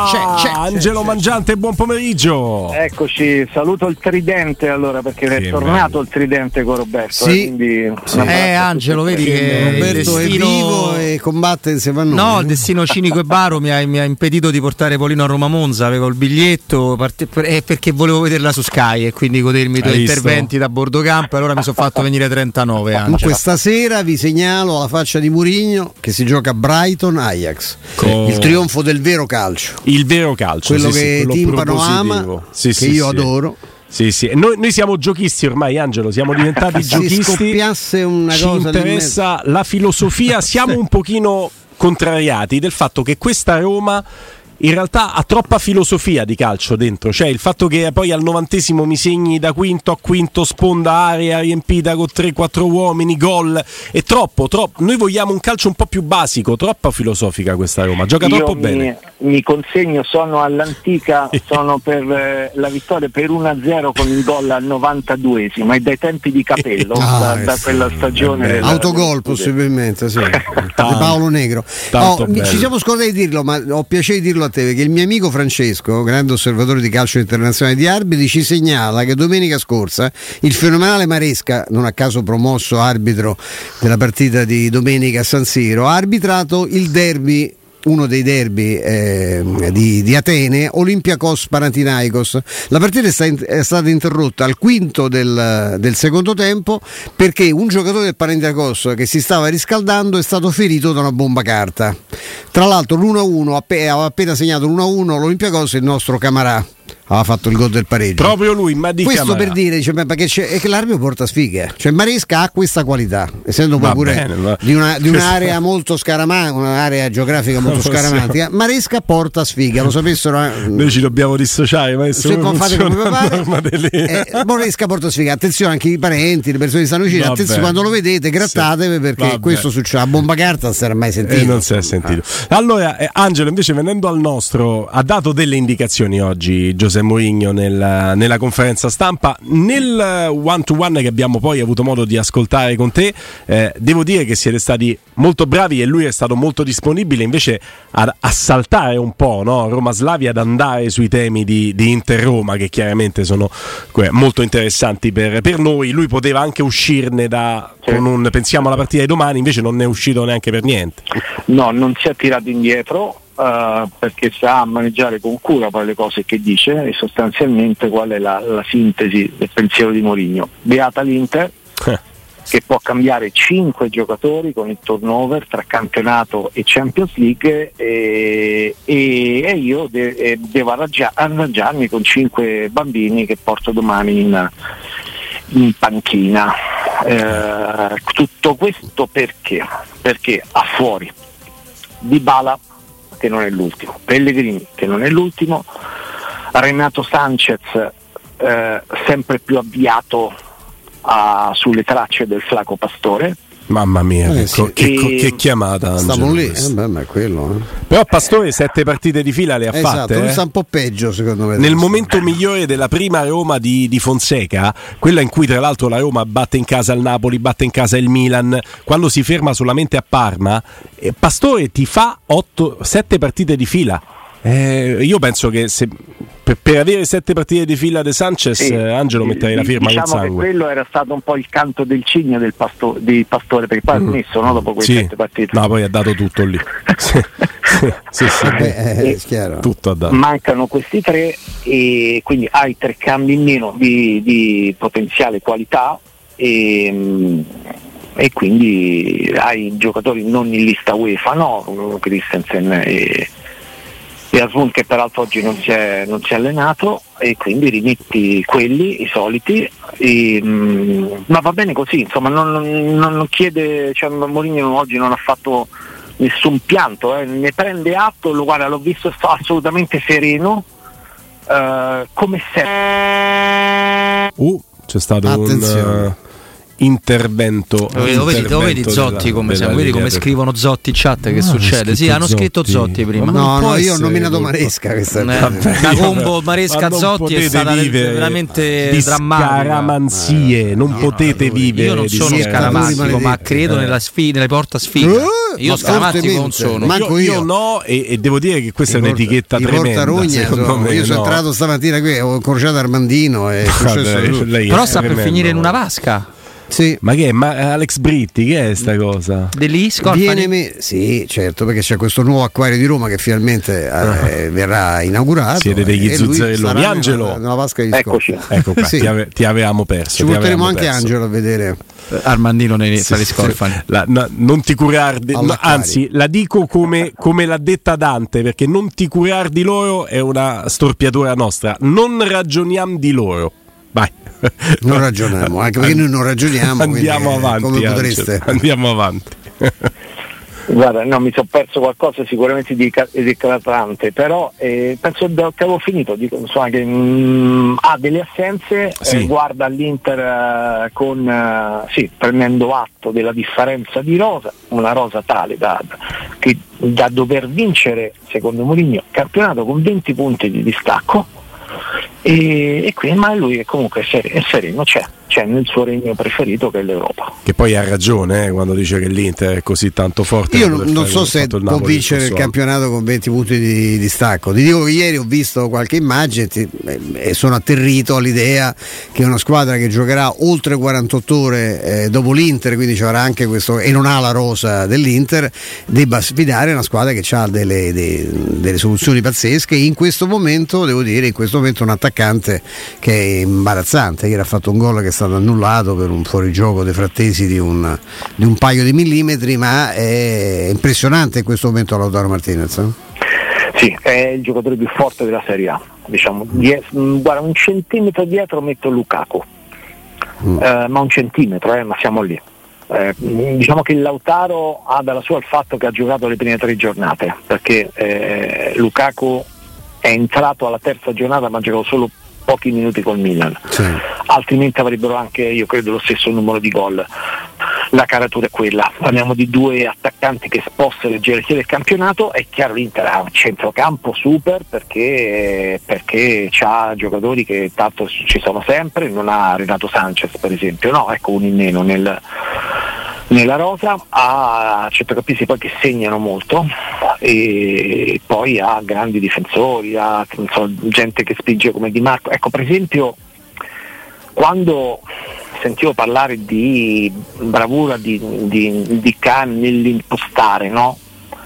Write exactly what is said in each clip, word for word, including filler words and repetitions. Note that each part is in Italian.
c'è, c'è, Angelo c'è, Mangiante, buon pomeriggio. Eccoci, saluto il tridente allora perché sì, è tornato bello. Il tridente con Roberto. Sì, eh, quindi sì. Eh Angelo, vedi che Roberto destino... è vivo e combatte insieme a noi. No, il destino cinico e baro mi ha, mi ha impedito di portare Polino a Roma Monza, avevo il biglietto part... eh, perché volevo vederla su Sky e quindi godermi i tuoi interventi da bordo campo, e allora mi sono fatto venire trentanove anni. Comunque stasera vi segnalo alla faccia di Mourinho che si gioca Brighton Ajax, Co... il trionfo del vero calcio, il vero calcio, quello sì, che sì, Timpano ama, sì, che sì, io sì. adoro. Sì, sì. Noi, noi siamo giochisti ormai, Angelo, siamo diventati Se giochisti. scoppiasse una ci cosa interessa la filosofia, siamo un pochino contrariati del fatto che questa Roma in realtà ha troppa filosofia di calcio dentro, cioè il fatto che poi al novantesimo mi segni da quinto a quinto, sponda, area riempita con tre quattro uomini, gol, è troppo, troppo. Noi vogliamo un calcio un po' più basico, troppa filosofica questa Roma, gioca Io troppo mi, bene. Mi consegno, sono all'antica, sono per eh, la vittoria per uno a zero con il gol al novantaduesimo, è dai tempi di Capello, ah, da, da sì, quella stagione del, autogol possibilmente, sì. Di Paolo Negro. Oh, ci siamo scordati di dirlo, ma ho piacere di dirlo a te, perché il mio amico Francesco, grande osservatore di calcio internazionale di arbitri, ci segnala che domenica scorsa il fenomenale Maresca, non a caso promosso arbitro della partita di domenica a San Siro, ha arbitrato il derby, uno dei derby eh, di, di Atene, Olympiakos Panathinaikos. La partita è, sta, è stata interrotta al quinto del, del secondo tempo perché un giocatore del Panathinaikos che si stava riscaldando è stato ferito da una bomba carta. Tra l'altro l'uno a uno aveva appena segnato l'uno a uno l'Olympiakos, il nostro Camarà aveva fatto il gol del pareggio, proprio lui, ma di questo Camarà. Per dire, cioè, perché c'è, è che l'arbitro porta sfighe, cioè Maresca ha questa qualità, essendo poi pure bene, ma... di, una, di un'area molto scaramatica, un'area geografica molto scaramantica, Maresca porta sfiga, lo sapessero. Noi ci dobbiamo dissociare, ma se fate come pare, eh, Maresca porta sfiga, attenzione anche i parenti, le persone che stanno vicino, attenzione quando lo vedete grattatevi, sì, perché vabbè. Questo succede, a bomba carta non si era mai sentito. Eh, non si è sentito. Ah. Allora eh, Angelo, invece, venendo al nostro, ha dato delle indicazioni oggi Giuseppe Mourinho nella, nella conferenza stampa, nel one to one che abbiamo poi avuto modo di ascoltare con te. Eh, devo dire che siete stati molto bravi e lui è stato molto disponibile invece a, a saltare un po', no? Roma Slavia, ad andare sui temi di, di Inter Roma, che chiaramente sono que, molto interessanti per, per noi. Lui poteva anche uscirne da con un pensiamo alla partita di domani, invece non ne è uscito neanche per niente. No, non si è tirato indietro. Uh, perché sa maneggiare con cura poi le cose che dice e sostanzialmente qual è la, la sintesi del pensiero di Mourinho. Beata l'Inter eh. che può cambiare cinque giocatori con il turnover tra campionato e Champions League e, e, e io de, e devo arrangia, arrangiarmi con cinque bambini che porto domani in, in panchina. Uh, tutto questo perché? Perché a fuori Dybala, che non è l'ultimo, Pellegrini che non è l'ultimo, Renato Sanchez eh, sempre più avviato a, sulle tracce del Flaco Pastore. Mamma mia, eh, che, sì. che, che chiamata! Stavo lì, eh, beh, ma è quello. Eh. Però Pastore sette partite di fila le ha esatto, fatte. Non eh. sta un po' peggio secondo me. Nel momento migliore della prima Roma di, di Fonseca, quella in cui tra l'altro la Roma batte in casa il Napoli, batte in casa il Milan, quando si ferma solamente a Parma, eh, Pastore ti fa otto, sette partite di fila. Eh, io penso che se per, per avere sette partite di fila De Sanchez, sì, eh, Angelo metterei la firma diciamo col sangue. Che quello era stato un po' il canto del cigno del pasto, di Pastore, perché poi ha smesso, no, dopo quelle sì. sette partite. No, poi ha dato tutto lì. sì, sì, sì. Beh, è chiaro. Tutto ha dato. Mancano questi tre e quindi hai tre cambi in meno di, di potenziale qualità e, e quindi hai giocatori non in lista UEFA, no? Christensen e e Asmun, che peraltro oggi non si è, non si è allenato, e quindi rimetti quelli, i soliti, e, mh, ma va bene così, insomma non, non, non chiede, cioè Mourinho oggi non ha fatto nessun pianto, eh, ne prende atto, lo guarda, l'ho visto assolutamente sereno, eh, come sempre. Uh, c'è stato attenzione. un... intervento. Lo vedi, intervento lo vedi Zotti della, come siamo, vedi come scrivono Zotti in chat che no, succede? Sì, hanno Zotti. scritto Zotti prima. No, no, io ho nominato Maresca questa eh, la combo Maresca Zotti è stata veramente di drammatica. Scaramanzie, non no, potete vivere. Io non sono scaramantico, ma credo eh. nella sfida, nelle porta sfiga. Uh, io scaramantico non sono. Io, io no, e, e devo dire che questa I è porta, un'etichetta tremenda. Rogna, me, io sono no. entrato stamattina qui, ho incrociato Armandino e però sta per finire in una vasca. Sì. Ma che è? Ma Alex Britti, che è sta cosa? Dell'I Viene me- sì, certo, perché c'è questo nuovo acquario di Roma che finalmente eh, verrà inaugurato. Siete degli zuzzarelloni. Angelo, nella, nella vasca di eccoci. Ecco qua, sì. ti, ave- ti avevamo perso. Ci porteremo anche perso. Angelo a vedere Armandino nei sì, scorfani. Sì. La, no, non ti curar di, no, anzi, la dico come, come l'ha detta Dante, perché non ti curar di loro è una storpiatura nostra. Non ragioniamo di loro. Vai. Non ragioniamo, anche perché noi non ragioniamo. Andiamo quindi, avanti. Come potreste? Andiamo avanti. Guarda, no, mi sono perso qualcosa sicuramente di, di eclatante, però eh, penso che avevo finito. Dico, insomma, che mh, ha delle assenze, sì. eh, guarda l'Inter eh, con eh, sì, prendendo atto della differenza di rosa, una rosa tale da, che, da dover vincere, secondo Mourinho, campionato con venti punti di distacco. E, e qui ma lui è comunque sereno, è sereno, c'è, c'è nel suo regno preferito che è l'Europa. Che poi ha ragione eh, quando dice che l'Inter è così tanto forte. Io non, non so se può vincere il campionato con venti punti di, di stacco. Ti dico che ieri ho visto qualche immagine ti, e sono atterrito all'idea che una squadra che giocherà oltre quarantotto ore eh, dopo l'Inter, quindi ci avrà anche questo e non ha la rosa dell'Inter, debba sfidare una squadra che ha delle, delle, delle soluzioni pazzesche. In questo momento devo dire in questo momento un attaccante che è imbarazzante. Ieri ha fatto un gol che è stato annullato per un fuorigioco dei Frattesi di un, di un paio di millimetri, ma è impressionante in questo momento Lautaro Martinez. Eh? Sì, è il giocatore più forte della Serie A, diciamo. Die- guarda, un centimetro dietro metto Lukaku, mm. eh, ma un centimetro, eh, ma siamo lì. Eh, diciamo che Lautaro ha dalla sua il fatto che ha giocato le prime tre giornate, perché eh, Lukaku è entrato alla terza giornata ma ha giocato solo pochi minuti col Milan, sì. Altrimenti avrebbero anche, io credo, lo stesso numero di gol. La caratura è quella, parliamo di due attaccanti che spossano le gerarchie del campionato. È chiaro l'Inter ha un centrocampo super perché, perché ha giocatori che tanto ci sono sempre, non ha Renato Sanchez per esempio, no, ecco un in meno nel nella rosa, ha centrocampisti poi che segnano molto e poi ha grandi difensori, ha non so, gente che spinge come Di Marco. Ecco, per esempio, quando sentivo parlare di bravura di, di, di Can nell'impostare, no?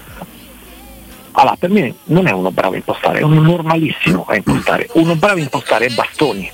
Allora, per me non è uno bravo a impostare, è uno normalissimo a impostare. Uno bravo a impostare è Bastoni.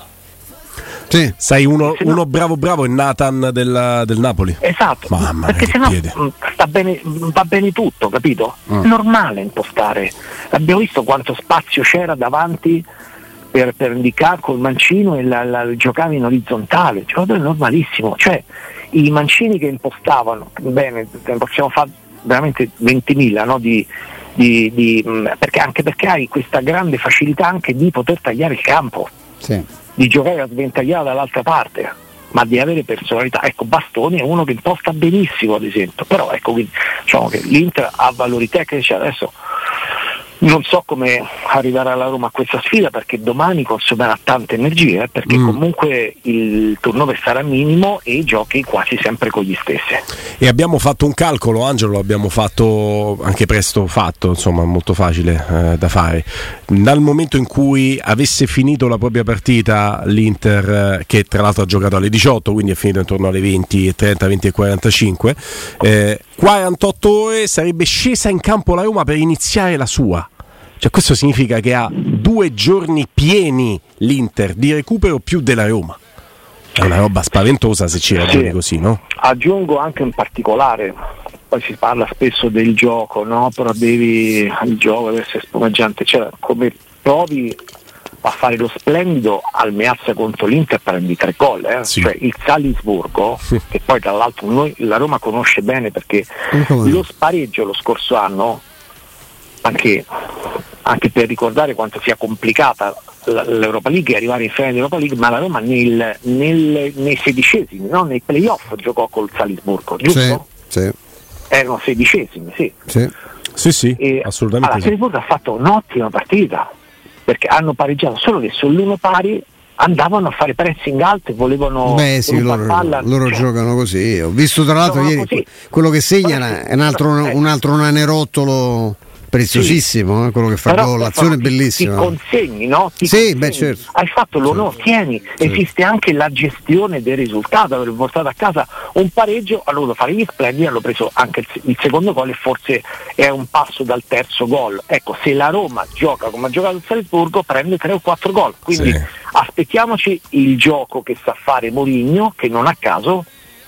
Sì. Sai, uno, uno bravo bravo è Nathan del, del Napoli. Esatto, mamma perché sennò sta bene, va bene tutto, capito? Mm. È normale impostare. Abbiamo visto quanto spazio c'era davanti per, per indicare col mancino e la, la, giocava in orizzontale, cioè, è normalissimo. Cioè i mancini che impostavano, bene, possiamo fare veramente ventimila, no? di, di, di, perché, anche perché hai questa grande facilità anche di poter tagliare il campo. Sì. Di giocare a sventagliare dall'altra parte, ma di avere personalità. Ecco, Bastoni è uno che imposta benissimo, ad esempio, però ecco, quindi, diciamo che l'Inter ha valori tecnici. Adesso non so come arrivare alla Roma a questa sfida, perché domani consumerà tante energie, perché mm. comunque il turnover sarà minimo e giochi quasi sempre con gli stessi. E abbiamo fatto un calcolo, Angelo, l'abbiamo fatto anche presto fatto, insomma molto facile eh, da fare. Dal momento in cui avesse finito la propria partita l'Inter, eh, che tra l'altro ha giocato alle diciotto, quindi è finito intorno alle venti e trenta, venti e quarantacinque, eh, quarantotto ore sarebbe scesa in campo la Roma per iniziare la sua. Cioè, questo significa che ha due giorni pieni l'Inter di recupero più della Roma. È una roba spaventosa se ci ragioni, sì, così, no? Aggiungo anche un particolare, poi si parla spesso del gioco, no? Però devi, il gioco deve essere spumeggiante, cioè come provi a fare lo splendido al Meazza contro l'Inter, prendi tre gol, eh? Sì. Cioè il Salisburgo, sì, che poi tra l'altro noi, la Roma conosce bene, perché lo spareggio lo scorso anno, anche, anche per ricordare quanto sia complicata l'Europa League e arrivare in finale dell'Europa League, ma la Roma nel, nel, nei sedicesimi, no? Nei playoff giocò col Salisburgo, giusto? Sì, sì. Erano sedicesimi, sì. Sì, sì, sì e, assolutamente. Allora, sì. Salisburgo ha fatto un'ottima partita perché hanno pareggiato, solo che sull'uno pari andavano a fare pressing alto e volevano. Beh sì, loro, palla, loro cioè, giocano così. Ho visto tra l'altro ieri così. Quello che segna è un altro, un altro nanerottolo preziosissimo, sì. eh, quello che fa gol, l'azione è bellissima. Ti consegni, no? Ti sì, consegni. Beh, certo. Hai fatto l'onore, certo. tieni, certo. Esiste anche la gestione del risultato, aver portato a casa un pareggio, hanno dovuto fare gli splendidi, hanno preso anche il, il secondo gol e forse è un passo dal terzo gol. Ecco, se la Roma gioca come ha giocato il Salisburgo prende tre o quattro gol, quindi sì. aspettiamoci il gioco che sa fare Mourinho, che non a caso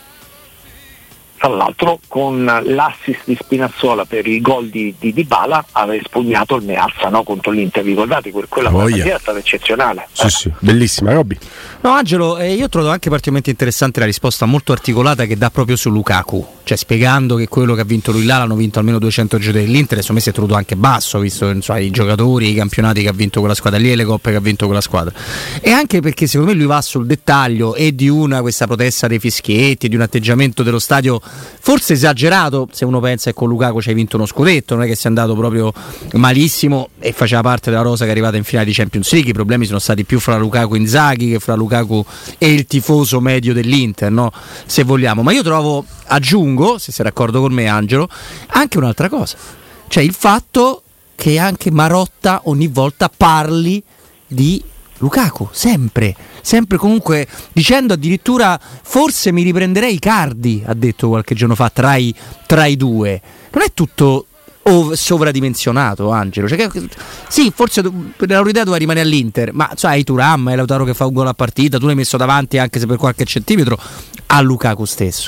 tra l'altro con l'assist di Spinazzola per il gol di, di Dybala aveva espugnato il Meazza, no? Contro l'Inter, ricordate quella oh, partita yeah. è stata eccezionale. Sì, eh. sì, bellissima, Robby. No, Angelo, eh, io trovo anche particolarmente interessante la risposta molto articolata che dà proprio su Lukaku, cioè spiegando che quello che ha vinto lui là l'hanno vinto almeno duecento giocatori dell'Inter, insomma si è trovato anche basso visto insomma, i giocatori, i campionati che ha vinto quella squadra lì e le coppe che ha vinto quella squadra, e anche perché secondo me lui va sul dettaglio e di una questa protesta dei fischietti, di un atteggiamento dello stadio forse esagerato, se uno pensa che con Lukaku ci hai vinto uno scudetto, non è che sia andato proprio malissimo e faceva parte della rosa che è arrivata in finale di Champions League. I problemi sono stati più fra Lukaku e Inzaghi che fra Lukaku e il tifoso medio dell'Inter, no? Se vogliamo, ma io trovo, aggiungo, se sei d'accordo con me Angelo, anche un'altra cosa, cioè il fatto che anche Marotta ogni volta parli di Lukaku, sempre, sempre comunque dicendo addirittura forse mi riprenderei Icardi, ha detto qualche giorno fa, tra i, tra i due. Non è tutto ov- sovradimensionato, Angelo? Cioè che, sì, forse per la loro idea doveva rimanere all'Inter, ma cioè, hai Thuram, hai Lautaro che fa un gol a partita, tu l'hai messo davanti anche se per qualche centimetro a Lukaku stesso.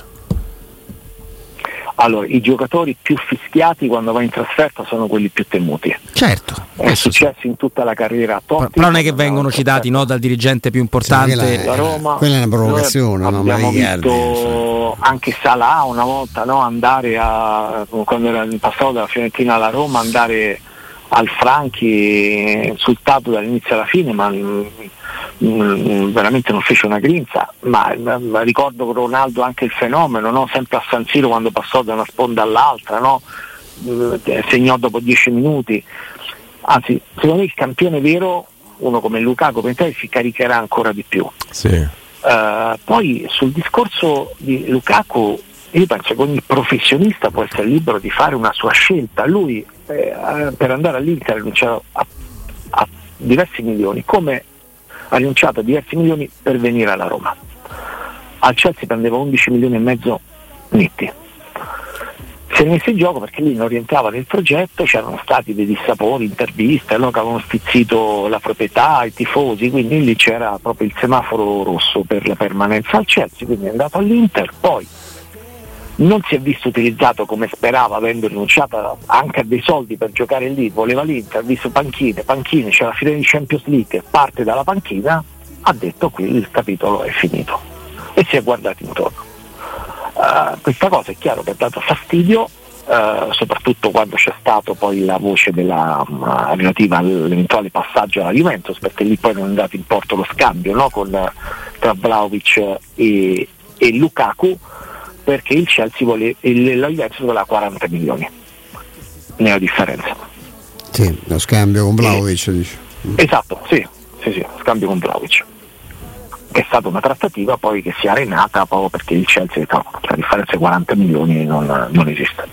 Allora, i giocatori più fischiati quando va in trasferta sono quelli più temuti. Certo. È successo sì. in tutta la carriera a Totti. Però non è che vengono citati no, dal dirigente più importante. Sì, la Roma, quella è una provocazione. No, abbiamo visto anche Salah una volta no, andare a, quando era in passato dalla Fiorentina alla Roma, andare al Franchi insultato dall'inizio alla fine, ma mh, veramente non fece una grinza. Ma, ma ricordo Ronaldo anche il fenomeno, no? Sempre a San Siro quando passò da una sponda all'altra, no? mh, segnò dopo dieci minuti. Anzi, secondo me il campione vero, uno come Lukaku, si caricherà ancora di più. Sì. Uh, poi sul discorso di Lukaku, io penso che ogni professionista può essere libero di fare una sua scelta. Lui eh, per andare all'Inter ha rinunciato a, a diversi milioni, come ha rinunciato a diversi milioni per venire alla Roma. Al Chelsea prendeva undici milioni e mezzo netti. Si è messo in gioco perché lì non rientrava nel progetto, c'erano stati dei dissapori, interviste no, che avevano stizzito la proprietà, i tifosi, quindi lì c'era proprio il semaforo rosso per la permanenza al Chelsea, quindi è andato all'Inter, poi non si è visto utilizzato come sperava, avendo rinunciato anche a dei soldi per giocare lì, voleva l'Inter, ha visto panchine, panchine, c'è la finale di Champions League, parte dalla panchina, ha detto qui il capitolo è finito e si è guardato intorno. Uh, questa cosa è chiaro che ha dato fastidio, uh, soprattutto quando c'è stato poi la voce della, uh, relativa all'eventuale passaggio alla Juventus, perché lì poi non è andato in porto lo scambio no? Con, uh, tra Vlahovic e, e Lukaku, perché il Chelsea voleva, il, la Juventus voleva quaranta milioni, nella differenza. Sì, lo scambio con Vlahovic, dice. Esatto, sì, sì, sì, scambio con Vlahovic. È stata una trattativa poi che si è arenata proprio perché il Chelsea no, la differenza di quaranta milioni non, non esiste.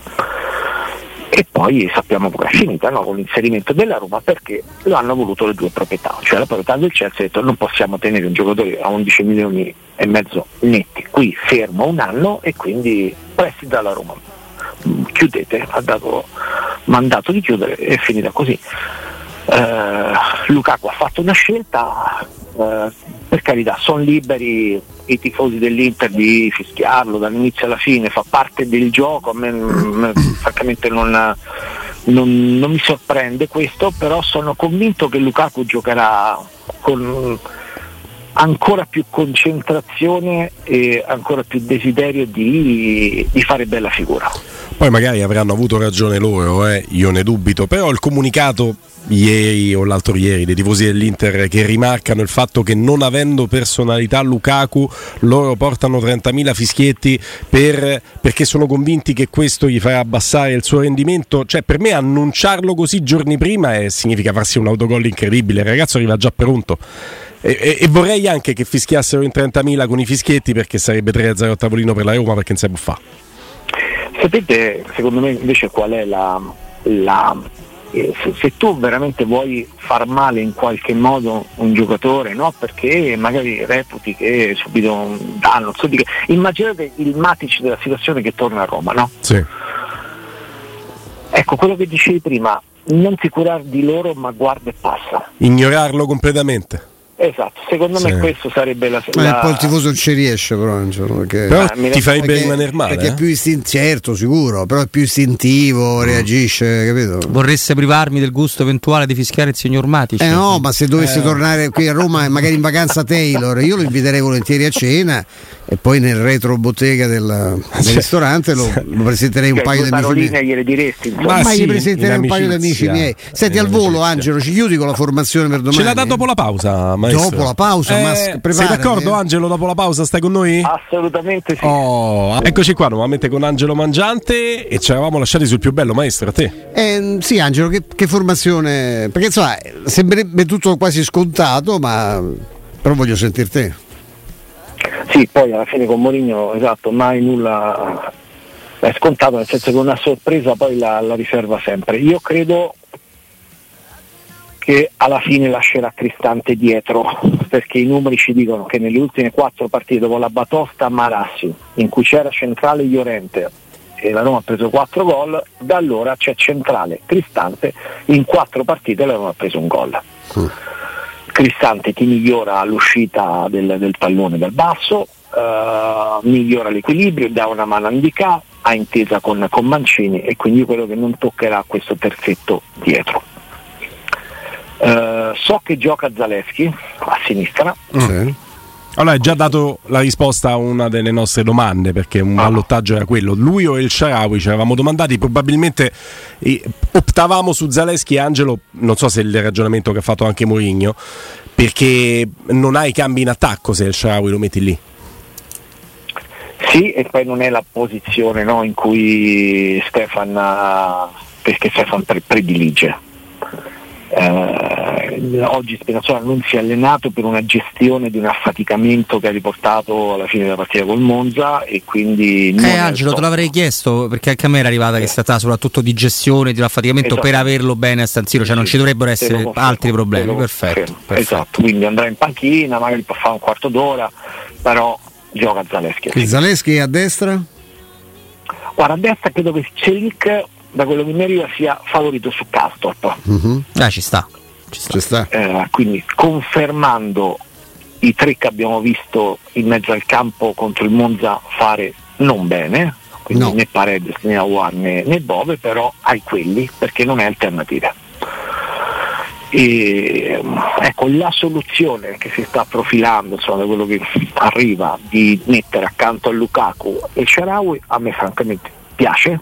E poi sappiamo come è finita no, con l'inserimento della Roma, perché lo hanno voluto le due proprietà, cioè la proprietà del Chelsea ha detto non possiamo tenere un giocatore a undici milioni e mezzo netti qui fermo un anno e quindi prestiti dalla Roma, chiudete, ha dato mandato di chiudere e è finita così. Uh, Lukaku ha fatto una scelta, uh, per carità sono liberi i tifosi dell'Inter di fischiarlo dall'inizio alla fine, fa parte del gioco, a me, me francamente non, non, non mi sorprende questo, però sono convinto che Lukaku giocherà con ancora più concentrazione e ancora più desiderio di, di fare bella figura. Poi magari avranno avuto ragione loro, eh, io ne dubito, però il comunicato ieri o l'altro ieri dei tifosi dell'Inter che rimarcano il fatto che non avendo personalità Lukaku loro portano trentamila fischietti per, perché sono convinti che questo gli farà abbassare il suo rendimento, cioè per me annunciarlo così giorni prima è, significa farsi un autogol incredibile, il ragazzo arriva già pronto. E, e, e vorrei anche che fischiassero in trentamila con i fischietti, perché sarebbe tre a zero a tavolino per la Roma, perché non si può fare. Sapete, secondo me invece qual è la, la eh, se, se tu veramente vuoi far male in qualche modo un giocatore, no? Perché magari reputi che subito un danno, non so di che. Immaginate il Matic della situazione che torna a Roma, no? Sì. Ecco, quello che dicevi prima, non ti curare di loro, ma guarda e passa. Ignorarlo completamente. Esatto, secondo sì. me questo sarebbe la, la... Ma un po' il tifoso non ci riesce, però, Angelo, perché... però ah, ti farebbe rimanere male, perché eh? è più istintivo, certo, sicuro, però è più istintivo, mm. reagisce, capito? Vorreste privarmi del gusto eventuale di fischiare il signor Matic? Eh no, ma se dovesse eh. tornare qui a Roma, magari in vacanza Taylor, io lo inviterei volentieri a cena e poi nel retro bottega del, del ristorante lo, lo presenterei un cioè, paio di amici miei. Gliele diresti, ma, ma sì, gli presenterei un paio di amici miei. Senti, al volo, Angelo, ci chiudi con la formazione per domani? Ce l'ha dato dopo la pausa, maestro. Dopo la pausa, eh, ma sei d'accordo, Angelo? Dopo la pausa stai con noi? Assolutamente sì. Oh, eccoci qua nuovamente con Angelo Mangiante e ci eravamo lasciati sul più bello, maestro, a te. Eh, sì, Angelo, che, che formazione? Perché insomma sembrerebbe tutto quasi scontato, ma però voglio sentir te. Sì, poi alla fine con Mourinho, esatto, mai nulla è scontato, nel senso che una sorpresa poi la, la riserva sempre. Io credo che alla fine lascerà Cristante dietro, perché i numeri ci dicono che nelle ultime quattro partite dopo la batosta a Marassi, in cui c'era centrale Llorente e la Roma ha preso quattro gol, da allora c'è centrale Cristante, in quattro partite la Roma ha preso un gol. Mm. Cristante ti migliora l'uscita del, del pallone dal basso, uh, migliora l'equilibrio, dà una mano a Ndicà, ha intesa con, con Mancini, e quindi quello che non toccherà questo terzetto dietro. Uh, so che gioca Zalewski a sinistra. Mm. Allora hai già dato la risposta a una delle nostre domande, perché un ah. ballottaggio era quello, lui o El Shaarawy, ci eravamo domandati, probabilmente eh, optavamo su Zalewski. Angelo, non so se è il ragionamento che ha fatto anche Mourinho, perché non hai cambi in attacco se El Shaarawy lo metti lì. Sì, e poi non è la posizione, no, in cui Stefan perché Stefan predilige. Eh, oggi Spinazzola non si è allenato per una gestione di un affaticamento che ha riportato alla fine della partita col Monza, e quindi eh Angelo te l'avrei chiesto, perché anche a me era arrivata eh. che si tratta soprattutto di gestione di un affaticamento, esatto, per averlo bene a San Siro, cioè sì, non ci dovrebbero essere altri problemi. Perfetto, perfetto, esatto, quindi andrà in panchina, magari può fare un quarto d'ora, però gioca Zalewski. Il Zalewski a destra? Guarda, a destra credo che Celic, da quello che mi arriva, sia favorito su Karsdorp. Mm-hmm. Ah, ci sta, ci sta. Ci sta. Eh, quindi confermando i tre che abbiamo visto in mezzo al campo contro il Monza fare non bene, quindi no. né Paredes né Aouar né, né Bove, però hai quelli perché non hai alternative. E ecco, la soluzione che si sta profilando, insomma, da quello che arriva, di mettere accanto a Lukaku e Shaarawy, a me francamente piace,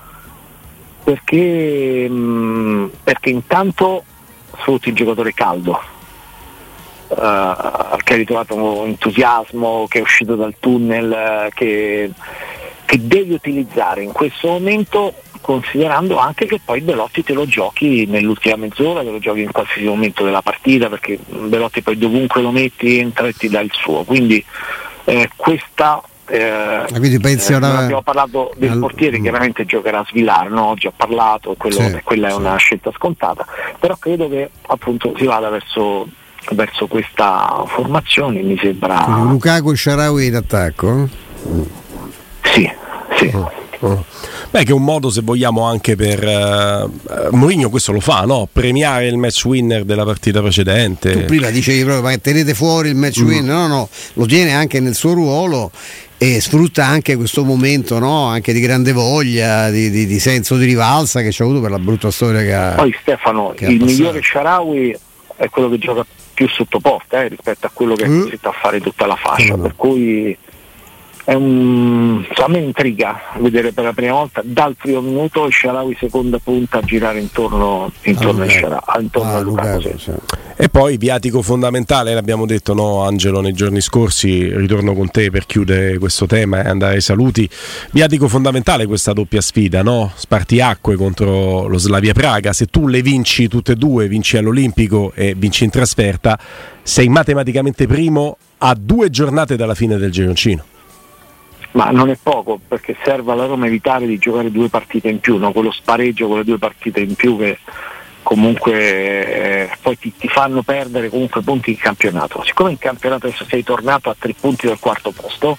perché mh, perché intanto sfrutti il giocatore caldo, uh, che ha ritrovato entusiasmo, che è uscito dal tunnel, uh, che, che devi utilizzare in questo momento, considerando anche che poi Belotti te lo giochi nell'ultima mezz'ora, te lo giochi in qualsiasi momento della partita, perché Belotti poi dovunque lo metti entra e ti dà il suo, quindi eh, questa Eh, quindi pensi eh, ora... abbiamo parlato del al... portiere, chiaramente giocherà Svilar, no? Ho già parlato, quello, sì, quella sì. è una scelta scontata, però credo che appunto si vada verso, verso questa formazione, mi sembra. Quindi Lukaku e Shaarawy in attacco? Sì, sì. Oh, oh. Beh, che è un modo, se vogliamo, anche per uh, Mourinho questo lo fa, no? Premiare il match winner della partita precedente. Tu prima dicevi proprio, ma tenete fuori il match mm. winner, no, no, lo tiene anche nel suo ruolo e sfrutta anche questo momento, no? Anche di grande voglia, di, di, di senso di rivalsa che c'ha avuto per la brutta storia che ha. Poi Stefano, il migliore Shaarawy è quello che gioca più sottoposta eh, rispetto a quello che è costretto mm. a fare tutta la fascia, no, no. per cui è un, a me intriga vedere per la prima volta dal primo minuto il Shaarawy seconda punta a girare intorno intorno, ah, Shaarawy, intorno ah, a Lukaku, sì. Sì. E poi viatico fondamentale, l'abbiamo detto, no Angelo, nei giorni scorsi, ritorno con te per chiudere questo tema e andare ai saluti. Viatico fondamentale questa doppia sfida, no? Spartiacque contro lo Slavia Praga. Se tu le vinci tutte e due, vinci all'Olimpico e vinci in trasferta, sei matematicamente primo a due giornate dalla fine del gironcino. Ma non è poco, perché serve alla Roma evitare di giocare due partite in più, no? Quello spareggio con le due partite in più che comunque eh, poi ti, ti fanno perdere comunque punti in campionato. Siccome in campionato adesso sei tornato a tre punti dal quarto posto,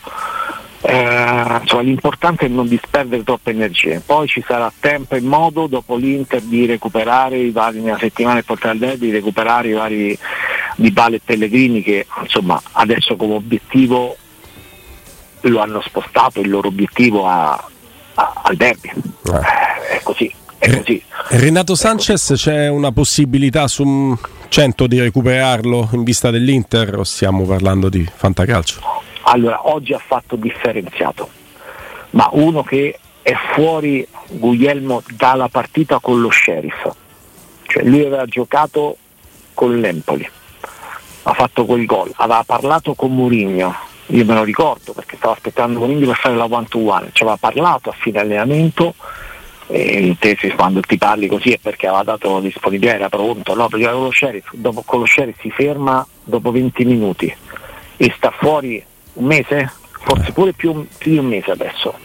eh, insomma, l'importante è non disperdere troppe energie. Poi ci sarà tempo e modo dopo l'Inter di recuperare i vari, nella settimana e portare al derby, di recuperare i vari Dybala e Pellegrini che insomma adesso come obiettivo lo hanno spostato il loro obiettivo a, a, al derby. Eh. È così, è così. Renato è Sanchez così. C'è una possibilità su cento di recuperarlo in vista dell'Inter o stiamo parlando di fantacalcio? Allora, oggi ha fatto differenziato, ma uno che è fuori Guglielmo dalla partita con lo Sheriff, cioè lui aveva giocato con l'Empoli, ha fatto quel gol, aveva parlato con Mourinho. Io me lo ricordo perché stavo aspettando Mourinho per fare la one to one, ci aveva parlato a fine allenamento e in tesi quando ti parli così è perché aveva dato disponibilità, era pronto, no? Perché con lo Sheriff, dopo con lo Sheriff si ferma dopo venti minuti e sta fuori un mese, forse pure più, più di un mese adesso,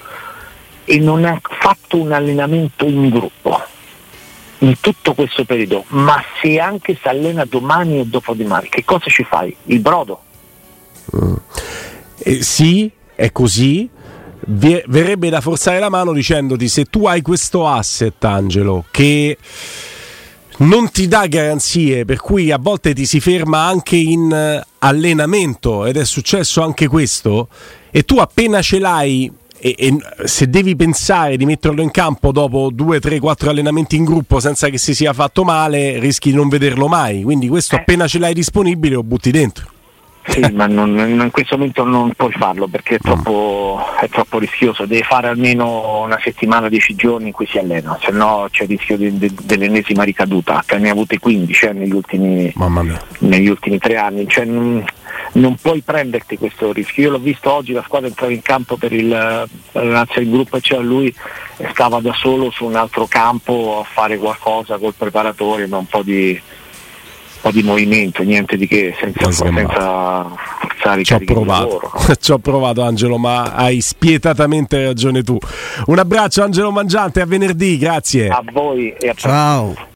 e non ha fatto un allenamento in gruppo in tutto questo periodo, ma se anche si allena domani o dopodomani, che cosa ci fai? Il brodo? Mm. Eh, sì, è così. Vi- verrebbe da forzare la mano dicendoti: se tu hai questo asset, Angelo, che non ti dà garanzie, per cui a volte ti si ferma anche in allenamento, ed è successo anche questo, e tu appena ce l'hai e, e se devi pensare di metterlo in campo dopo due, tre, quattro allenamenti in gruppo senza che si sia fatto male, rischi di non vederlo mai. Quindi questo appena ce l'hai disponibile lo butti dentro. Sì, ma non, in questo momento non puoi farlo perché è troppo, è troppo rischioso, deve fare almeno una settimana, dieci giorni in cui si allena, se no c'è il rischio de, de, dell'ennesima ricaduta, che ne ha avute quindici eh, negli ultimi negli ultimi tre anni, cioè non, non puoi prenderti questo rischio. Io l'ho visto oggi, la squadra entrava in campo per il allenarsi il gruppo e c'era lui e stava da solo su un altro campo a fare qualcosa col preparatore, ma un po' di po' di movimento, niente di che, senza, senza forzare i carichi di lavoro. Ci ho provato, Angelo, ma hai spietatamente ragione tu. Un abbraccio, Angelo Mangiante, a venerdì, grazie. A voi e a ciao.